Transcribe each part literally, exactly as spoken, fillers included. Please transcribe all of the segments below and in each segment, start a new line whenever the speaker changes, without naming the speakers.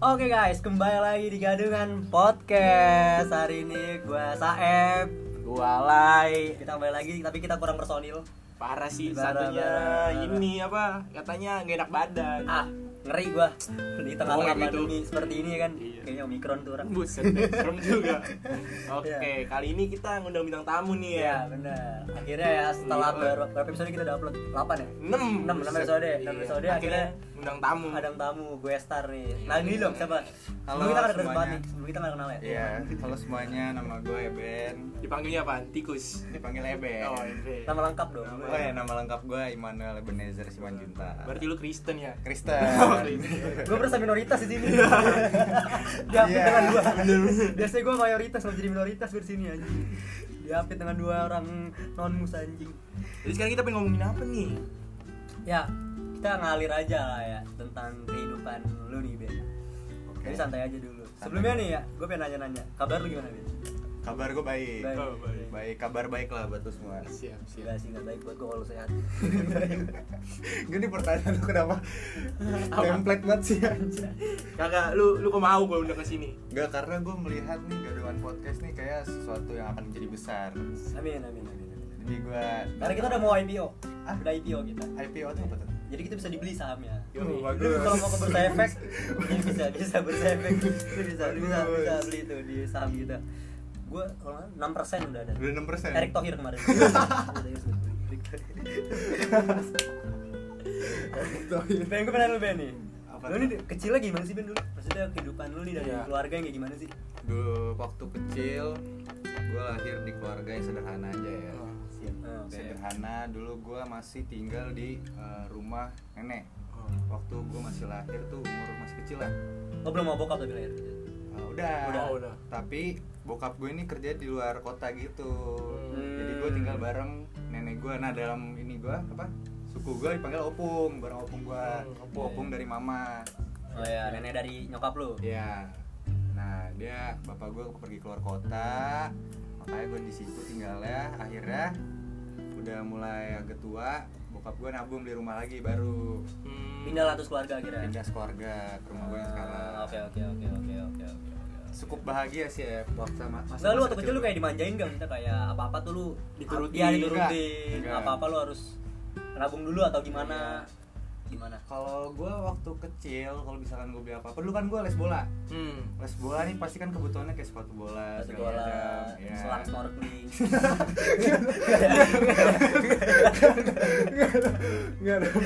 Oke guys, kembali lagi di Gadungan Podcast. Hari ini gua Saeb,
Gua Lai.
kita kembali lagi tapi kita kurang personil.
Parah sih
Parah,
satunya
parah, parah.
Ini apa? Katanya gak enak badan.
Ah, ngeri gua di tengah-tengah
Oh, gitu.
pandemi seperti ini kan.
Iya.
Kayaknya Omikron tuh orang.
Buset, deh, serem juga. Oke,
Iya.
kali ini kita ngundang bintang tamu nih ya.
Iya, benar. Akhirnya ya setelah
Iya.
ber- berapa episode kita udah upload? delapan ya?
enam
enam, enam episode, enam episode akhirnya
ngundang tamu.
ada tamu, gue Star nih. Nah, ini dong siapa?
Halo
Sebelum kita nggak kenal
semuanya.
nih, sebelum kita nggak kenal ya.
Iya, halo semuanya, nama gue Eben.
Dipanggilnya apa? Tikus.
Dipanggil Eben.
Oh, Eben.
Nama lengkap dong.
Oh ya, nama lengkap gue Immanuel Ebenezer Simanjuntak.
Berarti lu Kristen ya?
Kristen.
Gue berasa minoritas di sini. Diapit
Iya.
dengan dua. Biasanya gue mayoritas, mau jadi minoritas gue di sini aja. Diapit dengan dua orang non musa anjing.
Jadi sekarang kita pengen ngomongin apa nih?
Ya, kita ngalir aja lah ya tentang kehidupan lu nih Ben.
Oke.
Jadi santai aja dulu. Sebelumnya nih ya, gue pengen nanya-nanya. Kabar lu gimana Ben?
Kabar gue baik.
Baik.
Oh, baik.
Baik, kabar baik lah buat lu semua.
Siap, siap.
Gak sih, gak baik buat gue kalau lu sehat.
Gini pertanyaan lu kenapa? Template banget sih anjir.
Kakak, lu lu kok mau gue undang ke sini?
Enggak, karena gue melihat nih Gadungan Podcast nih kayak sesuatu yang akan menjadi besar.
Amin, amin, amin, amin.
Jadi gue
Karena kita udah mau I P O.
Ah?
Udah I P O kita.
I P O itu apa tuh?
Jadi kita bisa dibeli sahamnya.
Oh, bagus.
Lu kalau mau ke bursa efek, ini bisa bisa bursa efek. Lu bisa bisa bisa beli itu di saham kita. Gue kalau nggak enam persen udah ada.
Udah enam persen.
Erick Thohir kemarin. Ben, gue pengen lu Ben nih.
Apa
Lu
tuh?
nih kecilnya gimana sih Ben dulu? Maksudnya kehidupan lu nih dari
Iya.
keluarga yang kayak gimana sih?
Dulu waktu kecil gue lahir di keluarga yang sederhana aja ya.
Oh,
Siap. Oh, oke.
Sederhana, dulu gue masih tinggal di uh, rumah nenek.
Oh.
Waktu gue masih lahir tuh umur masih kecil lah.
Oh, belum mau bokap tapi lahir.
Uh, udah.
Udah, udah.
Tapi bokap gue ini kerja di luar kota gitu.
Hmm.
Jadi gue tinggal bareng nenek gue. Nah dalam ini gue apa? Suku gue dipanggil opung, bareng opung gue.
Hmm, opung.
Opung dari mama.
Oh ya, nenek dari nyokap lu.
Ya. Nah dia bapak gue pergi keluar kota, makanya gue di situ tinggalnya. Akhirnya udah mulai agak tua, bokap gue nabung di rumah lagi baru
Hmm.
Pindah lah terus keluarga akhirnya.
pindah sekeluarga ke rumah gue yang sekarang.
Ah, Oke, oke, oke, oke, oke, oke.
Cukup bahagia sih ya waktu sama masa.
Nah, lu waktu kecil lu kayak dimanjain gak? Minta kayak apa-apa tuh lu
Diturutin.
Iya, diturutin.
Enggak.
Apa-apa lu harus nabung dulu atau gimana? Gimana?
Kalau gue waktu kecil, kalau misalkan gue beli apa-apa, dulu kan gue les bola.
Hmm.
Les bola nih pasti kan kebutuhannya kayak sepatu bola,
Sepatu
segala
bola,
macam. Ya.
selang snorkeling.
Enggak ada.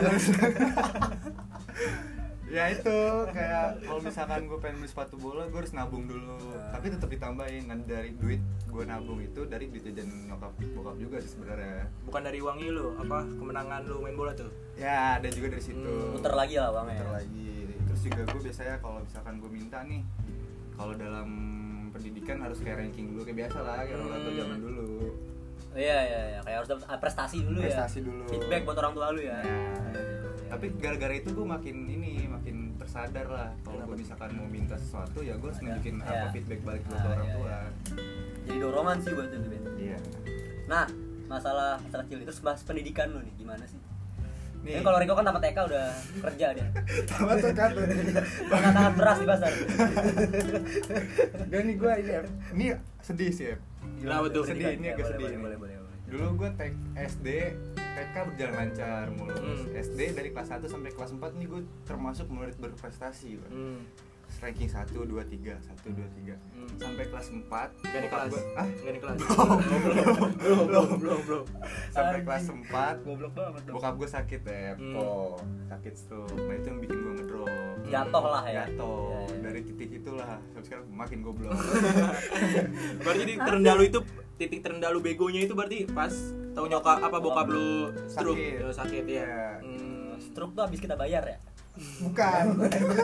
Ya itu kayak kalau misalkan gue pengen beli sepatu bola, gue harus nabung dulu. Tapi tetap ditambahin. Nanti dari duit gue nabung itu dari duit jajan nyokap bokap juga sih sebenarnya.
Bukan dari uang lu, apa kemenangan lu main bola tuh?
Ya ada juga dari situ.
Hmm,
Muter lagi lah bang ya.
Muter lagi. Terus juga gue biasanya kalau misalkan gue minta nih, kalau dalam pendidikan harus kayak ranking dulu kayak biasa lah, kayak orang tua
Hmm.
zaman dulu.
Iya iya iya, kayak harus dapat prestasi dulu ya.
Prestasi dulu.
Feedback buat orang tua lu ya.
Nah, tapi gara-gara itu gue makin ini makin tersadar lah kalau gue misalkan mau minta sesuatu ya gue harus
Ada.
nunjukin
Ya.
apa feedback balik buat
Ah,
orang
iya,
tua.
iya. Jadi dorongan sih buat itu Ben.
Iya.
Nah, masalah masalah kecil itu bahas pendidikan lu nih gimana sih?
Nih.
Ini kalau Riko kan tamat T K udah kerja dia.
Tamat tuh kan.
Tangan beras di pasar.
Dan nih gue ini ya, ini sedih sih ya.
Kenapa tuh?
Sedih, ini
Ya,
agak
boleh,
sedih
boleh,
ini.
boleh, boleh, boleh.
Dulu gue tek S D, T K berjalan lancar mulus.
Hmm.
S D dari kelas satu sampai kelas empat nih gue termasuk murid berprestasi. Bang.
Hmm.
Ranking satu, dua, tiga, satu, dua, tiga.
Hmm.
Sampai kelas empat
Gak di
bokap
kelas.
gua- ah?
Gak di kelas. Belum, belum, belum, belum.
Sampai
Anjing.
kelas empat
Goblok banget dong.
bokap gue sakit ya,
Hmm.
kok sakit stroke. Nah itu yang bikin gue ngedrop.
Jatuh lah ya.
Jatuh.
Iya, iya.
Dari titik itulah sampai sekarang makin goblok.
Berarti di terendah lu itu titik terendah lu begonya itu berarti pas tahu nyokap apa bokap lu stroke
Sakit.
ya, sakit ya.
Iya.
Hmm.
Stroke tuh habis kita bayar ya.
Bukan.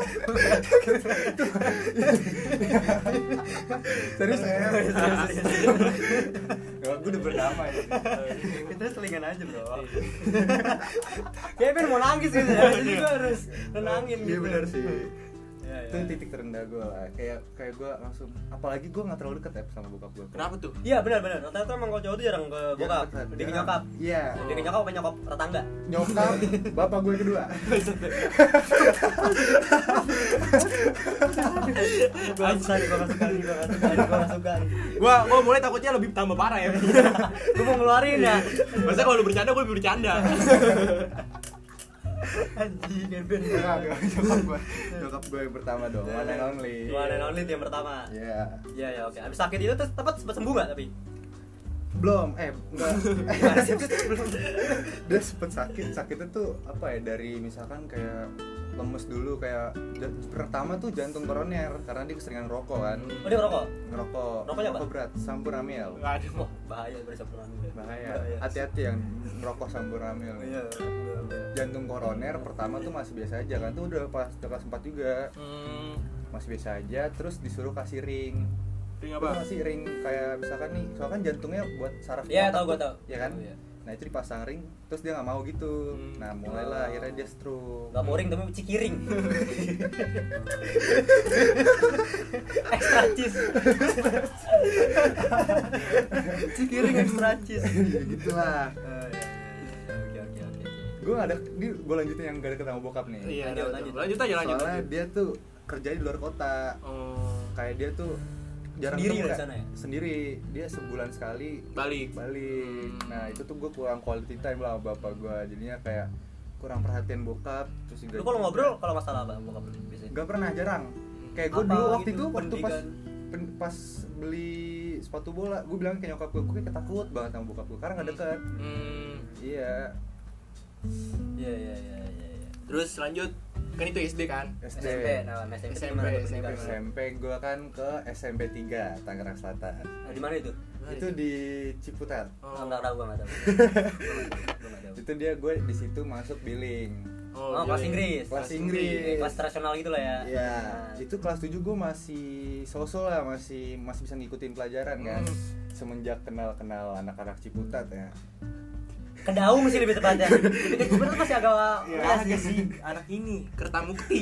Serius ya? Gue udah berdamai.
Kita selingan aja bro. Kayaknya Ben mau nangis gitu ya. Jadi gue harus nenangin
Iya
gitu.
benar sih.
Ya
Itu titik terendah gue lah. Kayak kayak gue langsung, apalagi gue nggak terlalu deket ya sama bokap gue.
Kenapa tuh?
Iya benar-benar. Rata-rata emang kalau cowok tuh jarang ke bokap,
Jarang,
lebih ke
jarang.
nyokap.
Iya.
Lebih ke nyokap apa nyokap tetangga?
Nyokap, bapak gue kedua.
Gue gak suka nih, gue gak suka nih, gue gak suka nih, gue gak suka nih.
Gua gua mulai takutnya lebih tambah parah ya.
Gue mau ngeluarin ya.
Masa kalau lu bercanda, gua lebih bercanda.
Anjing, ngebel.
Enggak, enggak, nyokap gue. Nyokap gue yang pertama dong, one and only.
One and only itu yang pertama.
Iya.
Iya ya oke. Abis sakit itu terus tempat sempat sembuh gak tapi?
Belum, eh enggak.
Gimana sih? Belum.
Dia sempet sakit, sakitnya tuh apa ya, dari misalkan kayak lemes dulu, kayak jan- pertama tuh jantung koroner karena dia keseringan rokok kan.
Oh dia ngerokok?
Ngerokok,
Rokoknya apa?
rokok berat, sampuramal.
Aduh.
Wah bahaya bersabun.
Bahaya, hati-hati yang ngerokok sampuramal.
Iya.
Jantung koroner pertama tuh masih biasa aja kan, tuh udah pas udah kelas empat juga.
Hmm.
Masih biasa aja, terus disuruh kasih ring.
Ring
Lu
apa?
masih ring kayak misalkan nih, soalnya kan jantungnya buat saraf
Iya
otak
tahu gue
tuh,
tahu.
ya kan?
Tahu, iya.
Nah itu dipasang ring, terus dia nggak mau gitu.
Hmm.
Nah mulailah akhirnya dia stroke.
Gak mau ring tapi cikiring. Extra cheese. Cikiring extra cheese.
Ya gitulah.
Oh, iya, iya, iya. Oke oke oke.
Gue gak ada, ini gue lanjutin yang gak deket sama bokap nih.
Iya,
Lanjut,
lanjut,
lanjut.
lanjut aja lanjut.
Soalnya
lanjut.
dia tuh kerja di luar kota.
Oh.
Kayak dia tuh jarang
Sendiri
ketemu,
di
Kak.
sana ya?
Sendiri, dia sebulan sekali
Balik.
balik.
Hmm.
Nah itu tuh gue kurang quality time lah sama bapak gue. Jadinya kayak kurang perhatian bokap. Terus juga
Lu kalau ngobrol kalau masalah apa bokap lu biasanya?
gak pernah, jarang. Kayak gue
Apa
dulu waktu
gitu,
itu waktu pas
pendidikan?
pen- pas beli sepatu bola, gue bilang ke nyokap gue, gue kayak takut banget sama bokap gue karena gak deket.
Hmm.
Iya.
Iya iya iya iya. iya.
Terus lanjut, kan itu S D kan?
S
S
D.
M P, nah S M P
S M P,
gimana tuh
S M P.
pendidikan?
S M P gue kan ke S M P tiga Tangerang Selatan.
Nah, di mana itu?
Itu di Ciputat.
Oh, enggak tahu gua enggak tahu. Gua enggak tahu.
Itu dia, gue di situ masuk billing.
Oh,
iya,
kelas
iya.
Inggris.
Kelas Inggris.
Eh, kelas internasional gitu lah ya.
Iya,
Nah.
itu kelas tujuh gue masih sosok lah, masih masih bisa ngikutin pelajaran kan.
Hmm.
Semenjak kenal-kenal anak-anak Ciputat ya.
Kedaung sih lebih tepatnya. Tapi gue tuh masih agak
Ya,
ya
aja sih anak ini Kertamukti.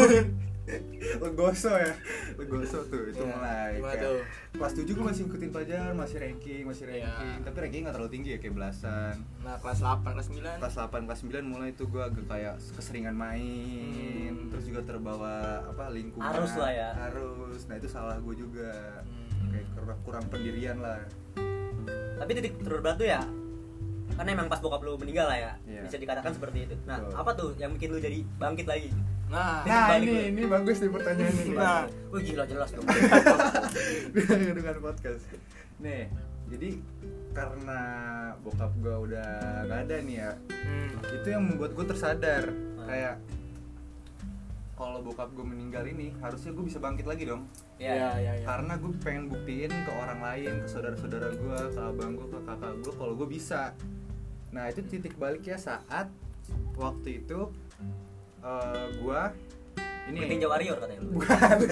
Legoso ya. Legoso tuh itu
Iya,
mulai.
gimana
Kayak
tuh?
kelas tujuh gue masih ngikutin pelajaran, masih ranking, masih
Iya.
ranking. Tapi ranking enggak terlalu tinggi ya, kayak belasan.
Nah, kelas delapan, kelas sembilan.
Kelas delapan, kelas sembilan mulai tuh gue agak kayak keseringan main,
Hmm.
terus juga terbawa apa lingkungan.
Arus lah ya.
Arus. Nah, itu salah gue juga.
Hmm.
Kayak kurang, kurang pendirian lah.
Tapi titik terberat tuh ya karena emang pas bokap lu meninggal lah ya.
Iya.
Bisa dikatakan seperti itu. Nah,
Betul.
apa tuh yang bikin lu jadi bangkit lagi?
Nah,
Nah, balik
ini
gue.
ini bagus nih pertanyaan ini.
Nah.
Wah gila jelas dong.
Dengan podcast. Nih, jadi karena bokap gue udah gak ada nih ya,
hmm.
itu yang membuat gue tersadar
Ah.
kayak kalau bokap gue meninggal ini harusnya gue bisa bangkit lagi dong.
Iya,
Iya.
iya, iya.
Karena gue pengen buktiin ke orang lain, ke saudara-saudara gue, ke abang gue, ke kakak gue kalau gue bisa. Nah itu titik baliknya saat waktu itu uh, gue ini
Ninja Warrior katanya lu.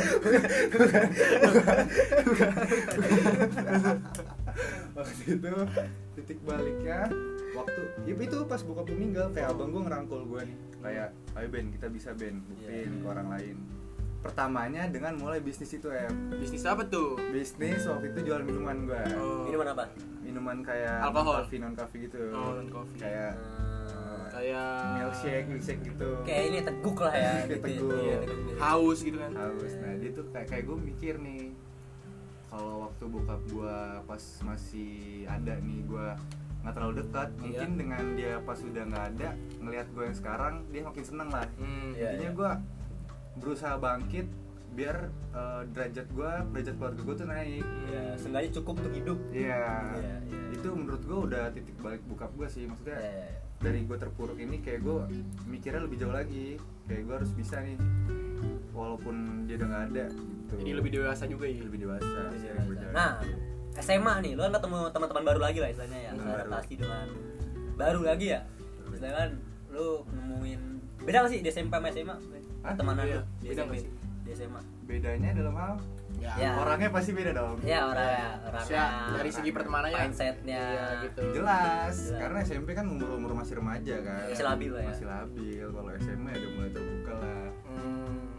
waktu itu titik baliknya waktu ya itu pas bokap gue meninggal, kayak abang gue ngerangkul gue nih kayak ayo Ben kita bisa Ben buktiin
Iya.
ke orang lain. Pertamanya dengan mulai bisnis itu ya,
Bisnis apa tuh?
bisnis waktu itu jual minuman gue.
Oh.
Minuman apa?
Minuman kayak
Alkohol?
non-coffee, non-coffee gitu.
Oh, non-coffee.
Kayak
Hmm,
Kayak
milkshake, milkshake gitu.
kayak ini teguk lah ya.
Kayak
gitu ya.
teguk.
Iya, teguk.
haus gitu kan.
Haus. Nah, dia tuh kayak kayak gue mikir nih, kalau waktu bokap gue pas masih ada nih, gue nggak terlalu dekat,
Iya.
mungkin dengan dia pas udah nggak ada, ngelihat gue yang sekarang, dia makin seneng lah.
Hmm.
Iya.
Intinya gue berusaha bangkit biar eh, derajat gue, derajat keluarga gue tuh naik.
Ya, seenggaknya cukup untuk hidup.
Iya.
Iya, iya.
Itu menurut gue udah titik balik bokap gue sih, maksudnya.
Iya, iya, iya.
Dari gue terpuruk ini kayak gue mikirnya lebih jauh lagi, kayak gue harus bisa nih walaupun dia udah nggak ada gitu.
Jadi lebih dewasa juga ya.
lebih dewasa,
Lebih
sering
dewasa.
berjalan.
Nah, S M A nih, lu kan ketemu teman-teman baru lagi lah istilahnya ya,
Baru.
adaptasi dengan baru lagi ya. Istilahnya kan lu nemuin beda nggak sih di S M P sama S M A?
Hah?
Temanan
Iya,
lu di
beda
S M P
nggak sih?
di S M A.
Bedanya dalam hal
Ya.
Ya.
orangnya pasti beda dong.
Ya orangnya, orangnya.
Ya, dari segi pertemanannya.
mindsetnya
Iya, gitu.
Jelas,
Jelas.
karena S M P kan umur-umur masih remaja kan.
Masih labil lah ya.
Masih labil. Kalau S M A udah mulai terbuka lah.
Hmm.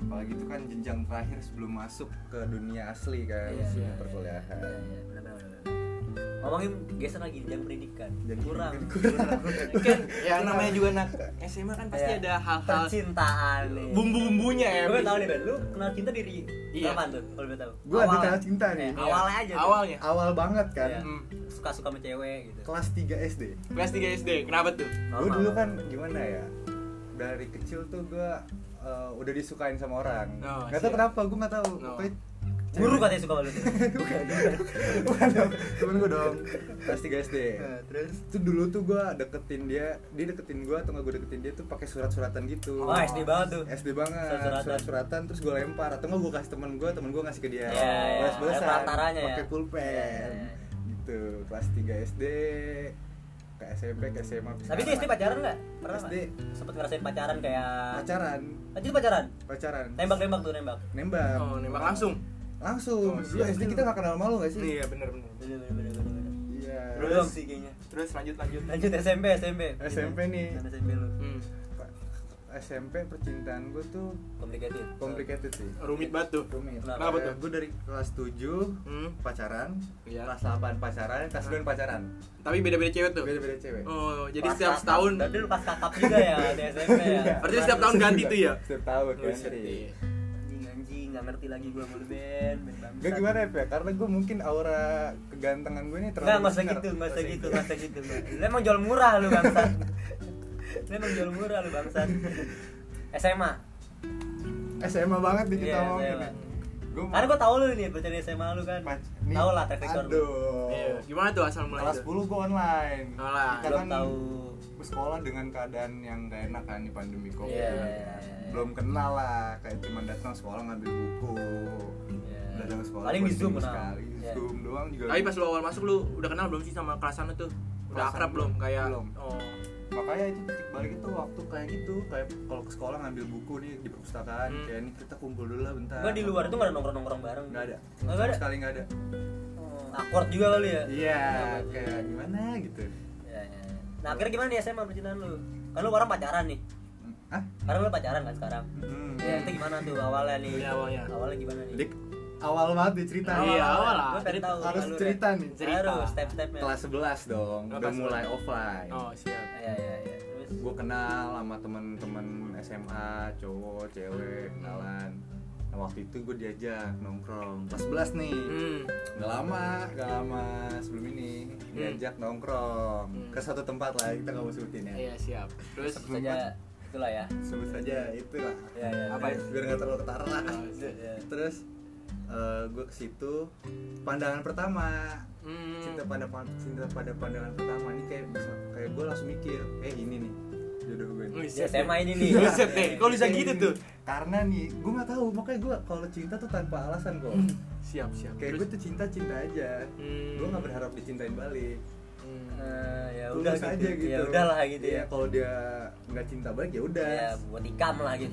apalagi itu kan jenjang terakhir sebelum masuk ke dunia asli kan,
Iya,
dunia
iya,
perkuliahan.
Iya, iya, benar-benar. Ngomongin geser lagi jenjang pendidikan.
Jenjang
kurang.
pendidikan,
kurang.
Kan yang namanya juga anak S M A kan pasti
Iya.
ada hal-hal
percintaan nih.
bumbu-bumbunya ya.
Gue tahu nih Ben, lu kenal cinta dari
Iya.
kapan tuh? Kalau gue tahu.
Gue ada
Awal-
kenal cinta nih.
Eh,
Iya.
awalnya aja. tuh.
Awalnya.
Awal banget kan,
Iya.
Hmm.
Suka-suka sama cewek gitu.
kelas tiga S D.
Kelas tiga S D. Kenapa tuh?
Gue dulu kan gimana ya, dari kecil tuh gue uh, udah disukain sama orang.
Oh,
Gak tau
siap.
kenapa, gue gak tahu.
Oh.
Pokoknya
Guru katanya suka sama lu tuh.
bukan, bukan dong, temen gue dong, kelas tiga S D.
Nah, terus
Itu dulu tuh gue deketin dia, dia deketin gue atau nggak gue deketin dia tuh pakai surat-suratan gitu.
Oh, S D banget tuh.
S D banget,
Surat-suratan.
surat-suratan terus gue lempar atau nggak gue kasih temen gue, temen gue ngasih ke dia.
Iya, iya.
Balas-balasan,
Ada perantaranya ya.
pakai pulpen,
Iya, iya.
gitu. Kelas tiga S D, ke S M P, ke S M A.
Tapi di S D pacaran nggak? Pernah
S D.
nggak? Sempet ngerasain pacaran kayak
Pacaran,
Lanjut itu pacaran?
pacaran.
Nembak-nembak tuh nembak.
Nembak.
Oh, nembak langsung.
Langsung.
Oh,
Dulu
siap.
S D kita nggak kenal malu nggak sih?
Iya, bener-bener.
Bener bener bener bener.
Iya.
Belum sih kayaknya.
Terus lanjut lanjut.
Lanjut S M P S M P.
S M P nih.
Dan S M P lu.
Hmm.
S M P percintaan gue tuh
Complicated.
complicated sih.
Rumit banget tuh.
Rumit.
Kenapa tuh?
Gue dari kelas tujuh
Hmm.
pacaran,
Iya.
kelas delapan pacaran, kelas sembilan pacaran.
Tapi beda-beda cewek tuh.
Beda-beda cewek.
Oh, jadi
Pas
setiap
kakap.
setahun.
Berarti lu pas kakap juga ya di S M P ya.
Berarti setiap tahun ganti tuh ya?
Setiap tahun
Oh,
kan.
shit, iya.
Anjing anjing enggak ngerti lagi gua sama lu Ben. Ben bangsat.
Gue gimana ya, Pe? Karena gue mungkin aura kegantengan gue ini terlalu
Enggak, enggak usah
besar.
gitu, enggak usah gitu, enggak usah gitu. Bang. Lu emang jual murah lu bangsat. Lu emang jual murah lu bangsat. S M A.
S M A banget nih kita
Iya,
ngomongin.
S M A.
Gue
Karena gua tahu lu nih bercanda S M A lu kan.
Pac- nih,
Tahu lah track record lu.
Aduh.
Iya. Gimana tuh asal mulai
Kelas
itu?
sepuluh gue online.
Online.
Kita
Belum
kan
tahu.
sekolah dengan keadaan yang gak enak kan di pandemi Covid.
Iya, iya, iya, iya.
Belum kenal lah, kayak cuma datang sekolah ngambil buku.
Iya.
Datang sekolah
Paling di
buat
Zoom
minggu
kenal.
sekali.
Iya.
Zoom doang juga.
Tapi pas lu awal masuk lu udah kenal belum sih sama kelas sana tuh? Udah
Kelasan
akrab belum?
belum.
Kayak
Belum.
oh.
Makanya itu titik balik itu waktu kayak gitu, kayak kalau ke sekolah ngambil buku nih di perpustakaan,
Hmm.
kayak ini kita kumpul dulu lah bentar.
Gua di luar tuh enggak ada nongkrong-nongkrong bareng.
Nggak ada.
Nggak
Sama
ada.
sekali nggak ada.
Oh, awkward juga kali ya.
Iya,
Awkward juga.
kayak gimana gitu.
Iya, iya. Nah, akhirnya gimana nih S M A percintaan lu? Kan lu orang pacaran nih.
Ah?
Karena lu pacaran kan sekarang.
Hmm.
Ya, itu gimana tuh awalnya nih?
Iya, awalnya.
Awalnya gimana nih?
Dik, awal banget nih cerita.
Iya, awal lah.
Gua pengen tahu
Harus
alurnya.
cerita nih.
Cerita.
Harus step-stepnya.
Kelas sebelas dong,
Oh,
udah
kelas
mulai
sebelas.
offline.
Oh, siap.
Iya, iya, iya. Terus
Gue kenal sama temen-temen S M A, cowok, cewek, kenalan. Nah, waktu itu gue diajak nongkrong kelas sebelas nih.
Hmm.
Gak lama, gak lama sebelum ini diajak nongkrong
Hmm.
ke satu tempat lah, kita gak mau sebutin ya.
Iya, siap. Terus
sebut saja itulah ya.
Sebut saja itulah.
Iya, iya.
Apa
terus.
Biar gak terlalu ketara lah.
Oh,
Iya.
Terus gue ke situ, pandangan pertama,
hmm.
cinta pada cinta pada pandangan pertama nih kayak bisa kayak gue langsung mikir, eh ini nih jodoh gue. nih.
Wih,
Di S M A ini nih.
Buset deh, kok bisa
Kayak
gitu
gini.
tuh?
Karena nih, gue nggak tahu, makanya gue kalau cinta tuh tanpa alasan kok.
Siap, siap.
Kayak gue tuh cinta cinta aja,
Hmm.
gue nggak berharap dicintain balik.
Hmm.
Nah, ya
Tulus
udah
aja
gitu.
gitu.
Ya udahlah gitu
Iya,
ya.
kalau dia nggak cinta balik ya udah.
Ya buat ikam lah gitu.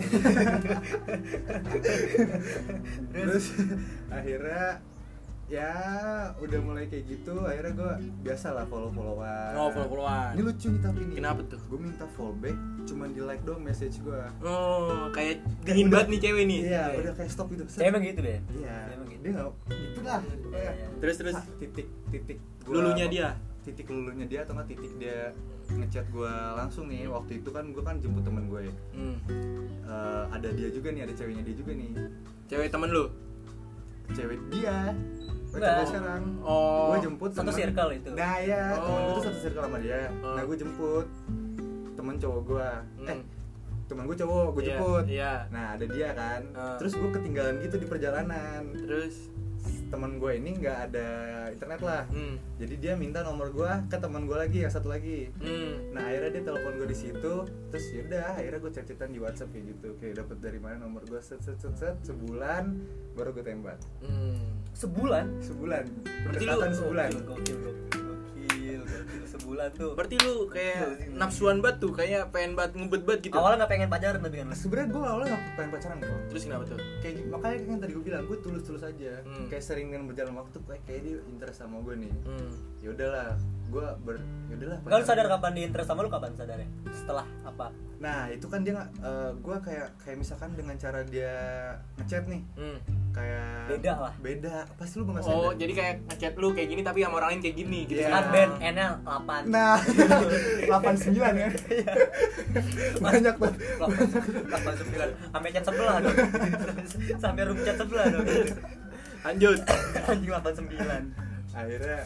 Terus akhirnya ya udah mulai kayak gitu, akhirnya gue biasa lah follow followan.
Oh, follow-followan.
Ini lucu nih tapi nih.
Kenapa tuh?
Gue minta follow back, cuman di like doang message gue.
Oh, kayak dingin banget nih cewek nih.
Iya, udah kayak stop gitu.
Saya emang gitu deh.
Iya,
Saya emang gitu.
dia nggak gitu lah.
Iya, iya.
Terus terus
Sa- titik titik gua-
lulunya dia.
titik lulunya dia atau nggak titik dia ngechat gue langsung nih. Waktu itu kan gue kan jemput temen gue.
Hmm.
Eh, ada dia juga nih, ada ceweknya dia juga nih.
Cewek temen lu.
Cewek dia.
Enggak.
Pacar gue sekarang.
Oh.
Gue jemput
Satu
temen-
circle itu.
Nah ya, temen gue
Oh.
tuh satu circle sama dia.
Oh.
Nah gue jemput temen cowok gue.
Hmm.
Eh, temen gue cowok, gue
Iya,
jemput.
Iya.
Nah ada dia kan.
Ah.
Terus gue ketinggalan gitu di perjalanan.
Terus
Temen gue ini nggak ada internet lah.
hmm.
Jadi dia minta nomor gue ke teman gue lagi yang satu lagi.
Hmm.
Nah akhirnya dia telepon gue di situ, terus yaudah akhirnya gue chat-chatan di WhatsApp kayak gitu, kayak dapet dari mana nomor gue set set set set sebulan baru gue tembak.
Hmm.
Sebulan.
Sebulan,
Berarti lu-
pendekatan sebulan.
Gokil, gokil, gokil, gokil, gokil. Sebulan tuh.
Berarti lu kayak nafsuan banget tuh, kayak pengen banget ngebet banget gitu.
Awalnya nggak pengen pacaran tapi kan.
Sebenarnya gue awalnya nggak pengen pacaran kok.
Terus kenapa tuh?
Kayak makanya kan tadi gue bilang gue tulus-tulus aja.
Hmm.
Kayak sering dengan berjalan waktu kayak kayak dia interest sama gue nih.
Hmm.
Ya udahlah, gue ber yaudahlah.
Kalau sadar kapan di interest sama lu kapan sadarnya? Setelah apa?
Nah itu kan dia nggak, uh, gue kayak kayak misalkan dengan cara dia ngechat nih,
Hmm.
kayak
Beda lah.
Beda, pasti lu nggak
Oh,
sadar.
jadi kayak ngechat lu kayak gini tapi sama orang lain kayak gini gitu.
Iya.
Kan band N L delapan.
Nah, delapan sembilan kan? Banyak tuh.
delapan sembilan sampai chat sebelah dong. Sampai room chat sebelah dong.
Lanjut.
Anjing delapan sembilan.
Akhirnya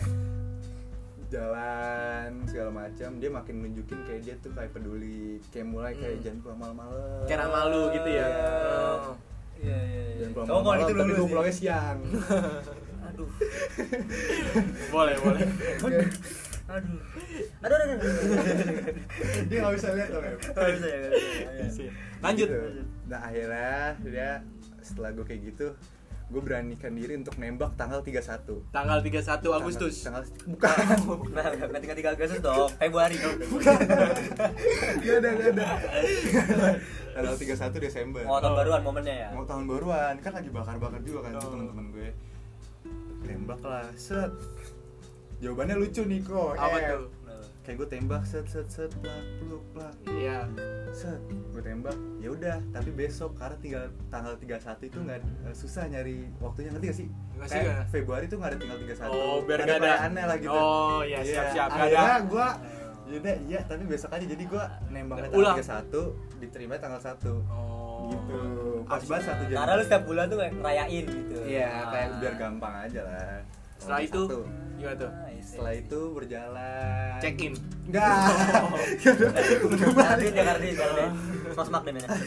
jalan segala macam, dia makin nunjukin kayak dia tuh kayak peduli, kayak mulai kayak
Hmm.
jangan pulang malam-malam.
Kayak malu gitu ya. Oh.
Iya iya iya.
Jangan pulang
Oh, kalau
malam-malam,
itu
tapi
dulu
gue
sih.
pulangnya siang.
Aduh.
Boleh, boleh.
Aduh. Aduh, aduh, aduh.
Dia nggak bisa lihat dong ya.
Oh, bisa ya, bisa ya.
Lanjut.
Gitu. Nah akhirnya dia setelah gue kayak gitu, gue beranikan diri untuk nembak tanggal tiga puluh satu.
Tanggal tiga puluh satu Agustus.
Tanggal, tanggal bukan.
Nah, enggak tiga tiga Agustus dong, Februari dong.
Gak ada, gak ada. Tanggal tiga puluh satu Desember.
Oh, tahun baruan momennya ya.
Mau tahun baruan, kan lagi bakar-bakar juga kan
Oh.
teman-teman gue. Tembak lah, set. Jawabannya lucu nih kok.
Apa
eh.
tuh?
Kayak gue tembak set set set plak pluk plak.
Iya.
Set, gue tembak. Ya udah, tapi besok karena tinggal tanggal tiga puluh satu itu enggak susah nyari waktunya, ngerti gak sih?
Nggak sih,
Kayak
nggak.
Februari tuh enggak ada tinggal tiga puluh satu.
Oh, biar
ada
nggak ada.
perayaannya lah gitu.
Oh, iya,
Iya.
siap-siap. Nggak
Akhirnya
ada.
gue yaudah iya, tapi besok aja. Jadi gue nembaknya
Ulang.
tanggal tiga puluh satu, diterima tanggal satu.
Oh.
Gitu. Pas banget satu jam.
Karena lu setiap bulan tuh kayak ngerayain gitu.
Iya, kayak
Ah.
biar gampang aja lah.
Setelah
Tanggal
itu
satu.
gimana tuh?
Ah, iya,
Setelah
iya.
itu berjalan.
Check in.
Enggak.
Kardin ya Kardin, Kardin. Sosmak deh mainnya.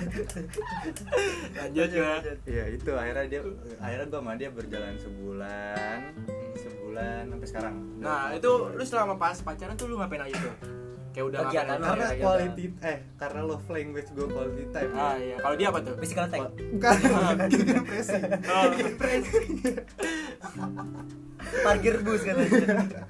Lanjut ya.
Iya itu akhirnya dia akhirnya gua sama dia berjalan sebulan sebulan sampai sekarang.
Nah, itu lu selama pas pacaran tuh lu ngapain aja tuh? Kayak udah
Kegiatan
ngapain
lu.
aja?
karena
Iya, iya,
quality eh karena love language gua quality time.
Ah, iya. Kalau dia apa tuh?
Physical attack.
Bukan, bikin pressing.
Oh.
Parkir bus kan aja.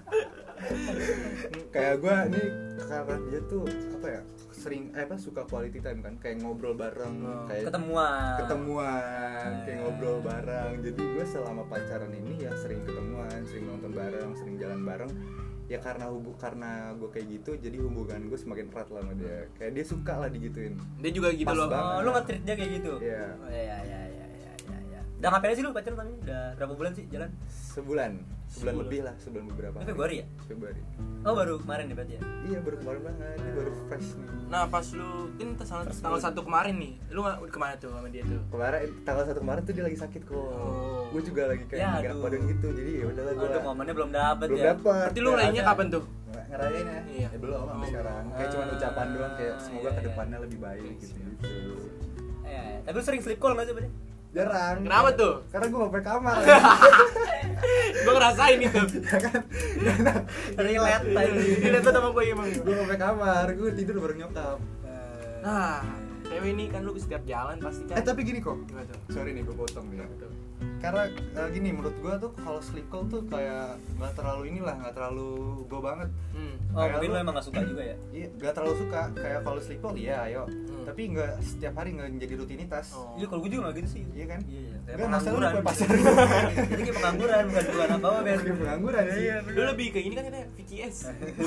Kayak gua nih karena dia tuh apa ya sering eh apa suka quality time kan kayak ngobrol bareng
Oh.
kayak
Ketemuan.
ketemuan kayak ngobrol bareng. Jadi gue selama pacaran ini ya sering ketemuan, sering nonton bareng, sering jalan bareng. Ya karena hubu karena gue kayak gitu jadi hubungan gue semakin erat lah sama dia. Kayak dia suka lah digituin.
Dia juga gitu
Pas
loh.
banget.
Oh, lu nge-treat dia kayak gitu?
Iya.
Oh, iya, iya, iya, iya, iya, iya. Udah ngapain sih lu pacaran tadi? Udah berapa bulan sih jalan?
Sebulan, sebulan
Sebulan.
lebih lah, sebulan beberapa.
Ini Februari ya?
Februari.
Oh, baru kemarin ya berarti ya?
Iya baru kemarin banget, ini baru fresh nih.
Nah, pas lu kan tanggal tanggal satu kemarin nih. Lu nggak kemana tuh sama dia tuh?
Kemarin tanggal satu kemarin tuh dia lagi sakit kok.
Oh.
Gue juga lagi kayak
Ya,
gerak
aduh.
badan gitu, jadi ya udahlah gue.
Aduh, momennya belum dapet
belum
ya.
dapet.
Berarti lu ngerayainnya kapan tuh?
Ngerayain ya?
Iya.
Ya belum sampai
Oh.
sekarang. Kayak cuma
Ah.
ucapan doang kayak semoga
Iya,
kedepannya lebih baik gitu gitu.
Iya, iya. Tapi lu sering sleep call nggak sih berarti?
Jarang.
Kenapa tuh?
Karena gue gak pakai kamar.
Gue ngerasain itu.
Ya kan?
Relate tadi.
Dilihat tuh sama gue emang.
Gue gak pakai kamar, gue tidur bareng nyokap.
Nah, cewek ini kan lu setiap jalan pasti kan.
Eh tapi gini kok.
Gimana tuh?
Sorry nih gue potong nih.
Gimana tuh?
Karena uh, gini menurut gue tuh kalau sleep call tuh kayak nggak terlalu inilah, nggak terlalu gue banget.
Hmm.
Oh,
Kayak
mungkin
lu-
lu emang gak suka juga ya?
Iya, nggak terlalu suka. Kayak kalau sleep call iya ayo.
Hmm.
Tapi nggak setiap hari nggak jadi rutinitas.
Oh.
Iya, kalau gue juga gak gitu sih.
Iya kan?
Iya, iya. Kayak
Nggak, masalah lu
pengangguran.
punya pacar.
Jadi kayak pengangguran, bukan bukan apa-apa, Ben.
Kayak pengangguran sih.
Iya,
Lu lebih kayak ini kan katanya V C S.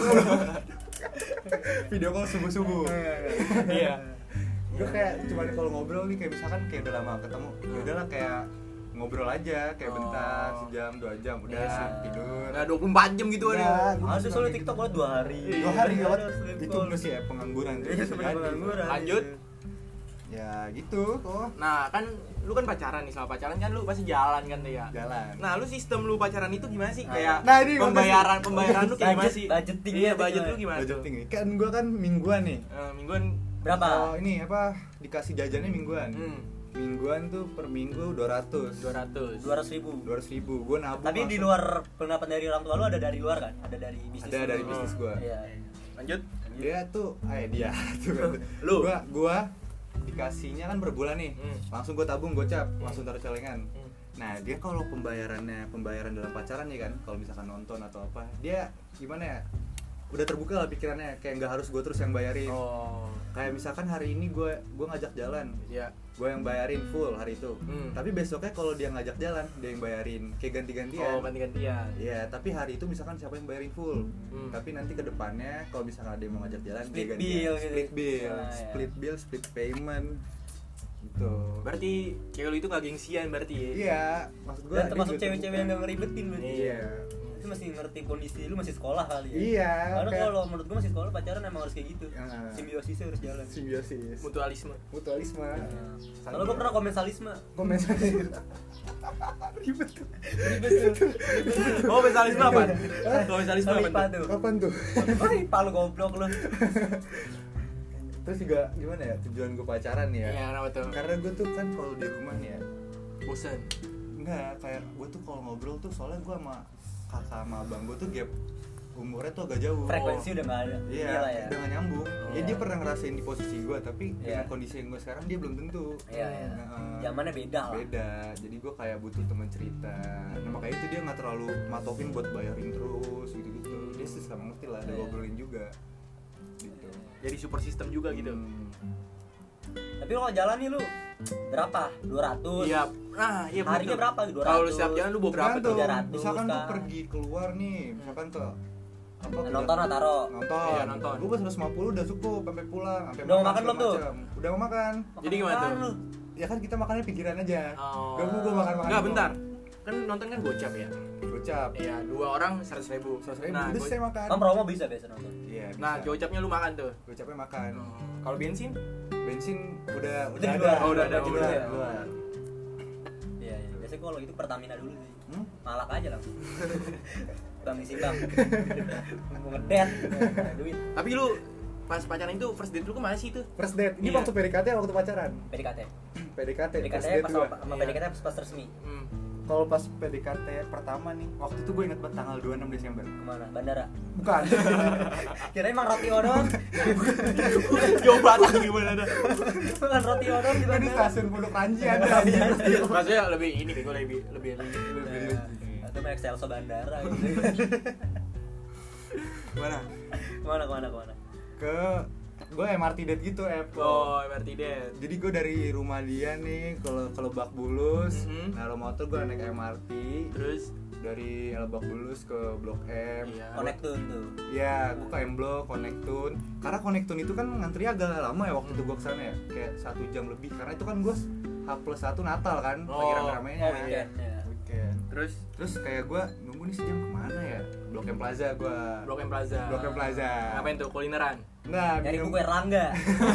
Video call subuh subuh.
Iya.
Gue kayak cuma kalau ngobrol nih kayak misalkan kayak udah lama ketemu, ya udahlah kayak ngobrol aja kayak
Oh.
bentar sejam dua jam udah
Iya sih.
tidur.
Nah, dua puluh empat jam gitu
Iya,
ada.
gua
Ada
suka
soalnya
kayak
TikTok
gitu.
buat dua hari.
Dua hari
Iya,
lewat
ada sleep
itu
call.
enggak sih ya pengangguran tuh.
Iya,
Bisa
sebenarnya
jadi.
pengangguran.
Lanjut.
Ya gitu kok.
Nah, kan lu kan pacaran nih, sama pacaran kan lu pasti jalan kan tuh ya.
Jalan.
Nah, lu sistem lu pacaran itu gimana sih?
Nah,
Kayak
nah, ini
pembayaran
makasih.
pembayaran lu kayak gimana
Budget-
sih?
budgeting
Iya,
gitu
budget
gimana?
lu gimana tuh?
Budgeting nih. Kan gua kan mingguan nih.
Eh, mingguan
Berapa?
Oh, ini apa dikasih jajannya mingguan.
hmm,
Mingguan tuh per minggu dua ratus.
dua ratus.
dua ratus ribu.
dua ratus ribu. Gua nabung.
Tapi di
langsung.
luar pendapat dari orang tua lu ada dari luar kan? Ada dari bisnis.
ada
lu.
dari bisnis gua.
Iya.
Lanjut.
Dia tuh eh dia tuh kan.
Lu?
Gua gua dikasihnya kan per bulan nih.
Hmm.
Langsung gua tabung gocap, langsung taruh celengan.
Hmm.
Nah, dia kalau pembayarannya pembayaran dalam pacaran nih kan, kalau misalkan nonton atau apa, dia gimana ya? Udah terbuka lah pikirannya, kayak nggak harus gue terus yang bayarin.
Oh.
kayak misalkan hari ini gue gue ngajak jalan,
Iya.
gue yang bayarin full hari itu.
Hmm.
Tapi besoknya kalau dia ngajak jalan, dia yang bayarin, kayak ganti-gantian.
Oh, ganti-gantian.
Iya, tapi hari itu misalkan siapa yang bayarin full.
Hmm.
Tapi nanti ke depannya kalau misalkan ada yang mau ngajak jalan,
Split
dia gantian.
bill gitu.
Split bill,
Ah, iya.
split bill, split payment. Gitu.
Berarti cewek lu itu gak gengsian berarti ya?
Iya, maksud gue
Dan termasuk cewek-cewek yang gak ngeribetin berarti.
Iya.
Itu masih ngerti kondisi lu masih sekolah kali ya.
Iya.
Karena
kayak
kalau menurut gua masih sekolah pacaran emang harus kayak gitu.
Ah.
Simbiosisnya harus jalan.
simbiosis,
Mutualisme.
mutualisme.
Kalau gua pernah komensalisme.
Komentarnya ribet tuh.
Ribet tuh.
Oh, mentalisme apa? Oh, mentalisme apa?
Apa
tuh?
tuh?
Kapan tuh?
Hai, palu goblok lu.
Terus juga gimana ya tujuan gue pacaran nih ya?
Iya, kenapa tuh?
Karena gue tuh kan kalau di rumah nih ya,
Bosan.
enggak kayak gue tuh kalau ngobrol tuh soalnya gue sama kakak sama abang gue tuh gap umurnya tuh agak jauh.
Frekuensi udah enggak ada.
Iya,
Gila ya.
udah gak nyambung. Ya
Iya.
dia pernah ngerasain di posisi gue, tapi
Iya.
dengan kondisi yang gue sekarang dia belum tentu.
Iya, iya.
Nah,
Zamannya beda lah.
beda. Jadi gue kayak butuh temen cerita. Nah makanya itu dia nggak terlalu matokin buat bayarin terus gitu-gitu. Dia sih sama ngerti lah, ada
Iya.
ngobrolin juga. Gitu.
Jadi super system juga gitu.
Hmm.
Tapi kalau jalan nih lu berapa? dua ratus.
Iya. Nah, iya bener
Harinya
tuh.
berapa? dua ratus.
Kalau lu setiap jalan lu bawa berapa tuh?
Tergantung.
tiga ratus
Misalkan gue
kah?
pergi keluar nih, misalkan ke apa? ke
Nonton lah taro.
Nonton.
Iya, nonton.
Gue seratus lima puluh udah cukup sampai pulang, sampai
Udah mau makan
segala
belum tuh?
macam. Udah mau makan.
Jadi gimana tuh?
Apaan lu?
Ya kan kita makannya pikiran aja.
Oh.
Gak mau gue makan-makan.
Enggak, bentar. Kan nonton kan gocap ya?
Gocap.
Iya, dua orang seratus ribu.
Seratus ribu.
Nah,
Udah
go-
saya makan.
Kan promo bisa biasa nonton.
Iya.
nah
bisa.
gocapnya lu makan tuh.
Gocapnya makan.
Kalau bensin?
Bensin udah
Itu
udah
di
ada.
luar.
Oh, udah ada,
Di
udah.
luar.
Luar.
Iya, iya. Biasanya gua kalau gitu Pertamina dulu sih.
Hmm?
Malak aja langsung. Bang isi bang. Mau ngedet. Ada duit.
Tapi lu pas pacaran itu first date lu kemana sih itu?
First date. Ini
Iya.
waktu P D K T waktu pacaran?
P D K T.
P D K T.
P D K
first
T
date
pas
gua.
sama sama
Iya.
P D K T pas pas resmi.
Hmm.
Kalau pas P D K T pertama nih, waktu itu gue inget banget tanggal dua puluh enam Desember.
Kemana? Bandara.
Bukan.
Kira emang roti odong.
Jauh banget gimana ada.
Bukan roti odong di
Di
bandara.
stasiun Pondok Ranji ada.
Maksudnya lebih ini gue lebih lebih lebih.
Iya. Atau naik Excelso bandara gitu.
Mana?
Kemana kemana kemana?
Ke gue M R T date gitu, Ep.
Oh, M R T date.
Jadi gue dari rumah dia nih kalau ke Lebak Bulus,
Mhm.
naruh motor gue naik M R T
Terus
dari Lebak Bulus ke Blok M.
Iya.
Konektun tuh.
Iya, gue ke M Block, Konektun. Karena Konektun itu kan ngantri agak lama ya waktu itu gue kesana ya, kayak satu jam lebih. Karena itu kan gue H plus satu Natal kan, lagi
Oh,
rame-ramenya.
oh, weekend, ya.
Weekend.
terus
Terus kayak gue nunggu nih sejam kemana ya? Blok M Plaza gue.
Blok M Plaza.
Blok M Plaza.
Ngapain tuh? Kulineran.
Enggak,
Nyari
minum-
buku Erlangga.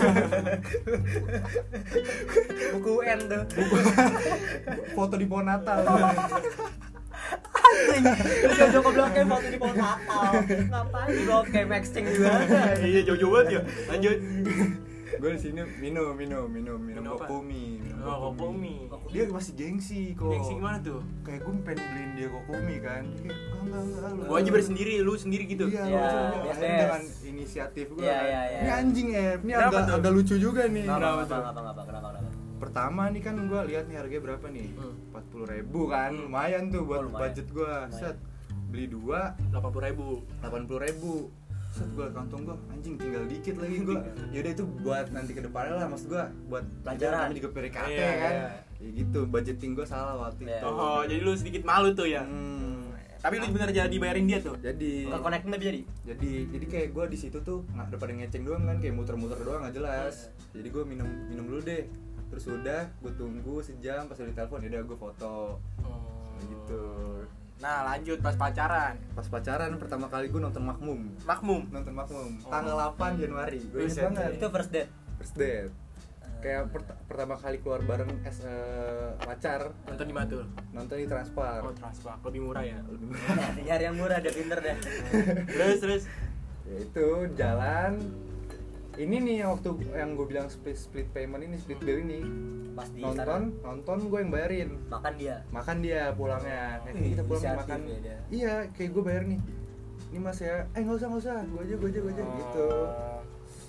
Buku U N tuh.
foto di pohon Natal.
Anjing. Lu jauh ke Blok M waktu di pohon Natal. Ngapain di Blok M exchange juga ada.
Iya, jauh-jauh banget ya. Lanjut.
Gue di sini minum, minum, minum, minum
Minum apa?
kokomi, minum
Oh, kokomi.
Dia masih gengsi kok.
Gengsi gimana tuh?
Kayak gue pengen beliin dia kokomi kan. Dia kayak enggak enggak enggak. lu-
Gua aja bersendiri, lu sendiri gitu.
Iya,
Ya,
lu coba.
bias,
Akhirnya
bias.
dengan inisiatif gue.
Iya,
kan.
iya, iya.
Ini anjing ya, ini
Kenapa
agak
tuh?
agak lucu juga nih.
Kenapa
Kenapa
kenapa
tuh?
kenapa kenapa kenapa kenapa?
Pertama nih kan gue lihat nih harganya berapa nih?
Hmm.
Empat puluh ribu kan,
Hmm.
lumayan tuh buat
Oh, lumayan.
budget gue. Set, beli dua
delapan puluh ribu.
delapan puluh ribu. Set gue kantong gue anjing tinggal dikit lagi gue. Yaudah itu buat nanti ke depannya lah, maksud gue buat
Pelajaran.
namanya juga P D K T
Iya,
kan.
iya.
Ya gitu, budgeting gue salah waktu
Iya.
itu.
Oh, jadi lu sedikit malu tuh ya.
Hmm.
Tapi lu bener jadi bayarin dia tuh.
Jadi
Ke Connectun tapi jadi.
jadi jadi kayak gue di situ tuh nggak daripada ngeceng doang kan, kayak muter-muter doang nggak jelas. Jadi gue minum minum dulu deh. Terus udah gue tunggu sejam, pas udah ditelepon ya udah gue foto.
Oh.
Gitu.
Nah, lanjut pas pacaran.
Pas pacaran pertama kali gue nonton Makmum.
Makmum.
Nonton Makmum
Oh.
tanggal delapan Januari. Gue inget
Buset.
banget.
Itu first date.
First date. Kayak pert- pertama kali keluar bareng es eh, pacar,
Nonton di mana tuh?
nonton di Transpar.
Oh, transfer. Lebih murah ya.
Nyari yang murah dia pinter deh.
Terus terus
Ya itu jalan. Ini nih yang waktu yang gue bilang split split payment ini, split bill ini.
Pasti
Nonton, nonton gue yang bayarin.
makan dia.
Makan dia pulangnya. Kayak
Wih,
kita pulang
inisiatif
makan.
ya dia.
Iya, kayak gue bayar nih. Ini Mas ya. Eh nggak usah nggak usah. Gue aja gue aja gue aja gitu.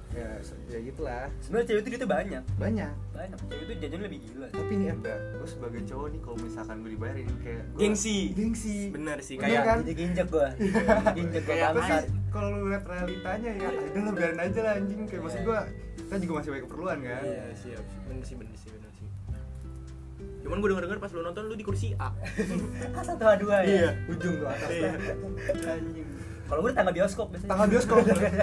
ya ya gitulah.
Sebenarnya cewek itu duitnya banyak.
Banyak.
Banyak. Cewek itu jajan lebih gila.
Tapi nih ada, gue sebagai cowok nih kalau misalkan gue dibayarin kayak gua,
Gengsi.
Gengsi.
Bener sih,
Bener
kayak
kan?
Injek-injek gua. Injek gua
Kayak
bangsat.
Tapi kalau lu lihat realitanya ya, udah lah biarin aja lah anjing. Kayak maksud gue, kita juga masih banyak keperluan kan.
Iya sih, bener sih, bener sih, bener sih. Cuman gue denger-denger pas lu nonton lu di kursi A.
A satu A dua ya.
Iya.
Ujung tuh atas.
Iya.
Anjing. Kalau gue di tangga bioskop biasanya.
Tanggal bioskop.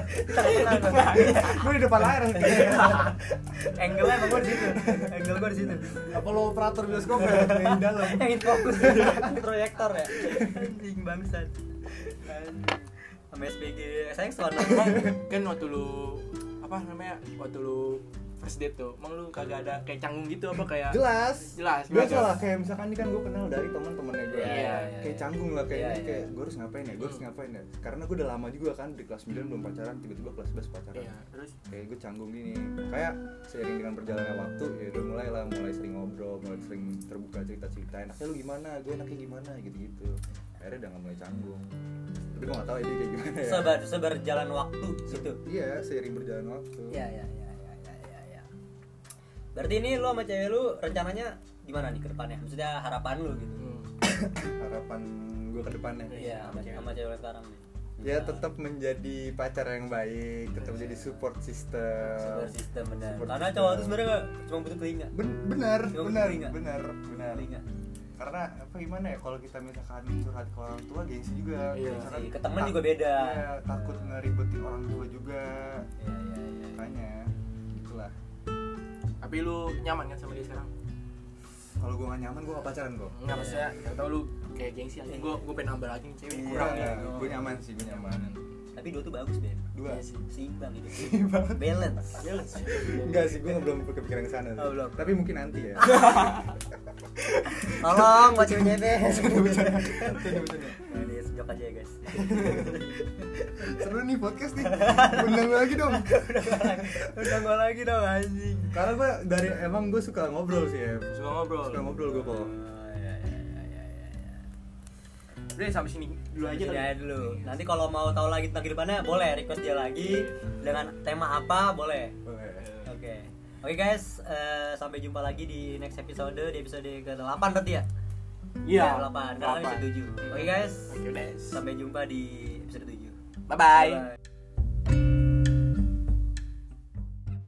Gue di depan layar.
Angle-nya emang gue di situ. Angle gue di situ.
Apa lo operator bioskop ya di dalam?
Yang in fokus proyektor ya. Anjing bangsat. Anjing. Sama S P G sayang sono.
Emang kan waktu lu apa namanya? Waktu lu first date tuh, emang lu kagak ada kayak canggung gitu apa kayak
Jelas.
Jelas.
Biasa
jelas.
lah kayak misalkan ini kan gue kenal dari teman-temannya gue.
Iya, iya,
Kayak
iya.
canggung lah kayak
Iya,
ini
iya.
kayak gue harus ngapain ya? Gue harus ngapain ya? Karena gue udah lama juga kan di kelas sembilan belum pacaran, tiba-tiba kelas sebelas pacaran.
Iya, terus
Kayak gue canggung gini. Kayak seiring dengan berjalannya waktu ya udah mulai lah mulai sering ngobrol, mulai sering terbuka cerita-cerita. Enaknya lu gimana? Gue enaknya gimana gitu-gitu. Akhirnya udah gak mulai canggung. Tapi gue gak tahu ya dia kayak gimana ya.
Sebar seberjalan waktu gitu.
Iya, seiring berjalan waktu.
Iya iya iya iya iya iya. Ya. Berarti ini lu sama cewek lu rencananya gimana nih ke depannya? Maksudnya harapan lu gitu.
hmm.
Harapan gue ke depannya.
Iya, sama, sama cewek lu sekarang nih.
Ya tetap menjadi pacar yang baik, tetap menjadi support system.
Support system benar.
Support
Karena
system.
cowok itu sebenarnya nggak cuma butuh telinga.
Ben- benar,
Cuma
benar,
telinga.
benar, benar.
Telinga.
Karena apa gimana ya kalau kita misalkan curhat ke orang tua gengsi juga.
Iya
Misalkan
sih, ke temen
tak-
juga beda.
Iya, takut ngeribetin orang tua juga.
Iya iya iya.
Makanya itulah.
Tapi lu nyaman kan sama dia sekarang?
Kalau gue gak nyaman gue gak pacaran kok.
Enggak, maksudnya enggak tahu lu kayak gengsi aja. Gua gua pengen nambah lagi nih cewek
Iya,
kurang ya.
gue nyaman sih, gue nyaman.
Tapi dua tuh bagus Ben.
Dua.
Iya sih.
Seimbang itu.
Seimbang.
Balance.
Balance.
Enggak sih, gue belum kepikiran ke sana.
Oh, belum.
Tapi mungkin nanti ya.
Tolong buat ceweknya Ben.
Bercanda.
Nah, ini sejok aja ya guys.
Seru nih podcast nih. Undang gue lagi dong.
Udah gua lagi dong anjing.
Karena gue dari emang gue suka ngobrol sih ya.
Suka ngobrol.
Suka ngobrol gue kok.
Oh, iya, iya, iya, iya, iya.
Udah sampai sini dulu aja
Sini
kali.
aja dulu. Nanti kalau mau tahu lagi tentang kehidupannya boleh request dia lagi dengan tema apa boleh.
Boleh.
Oke. Oke guys, eh, sampai jumpa lagi di next episode, di episode ke delapan berarti ya?
Iya.
delapan. Sekarang episode tujuh. Oke guys.
Oke, guys.
Sampai jumpa di episode tujuh.
Bye bye.
Bye.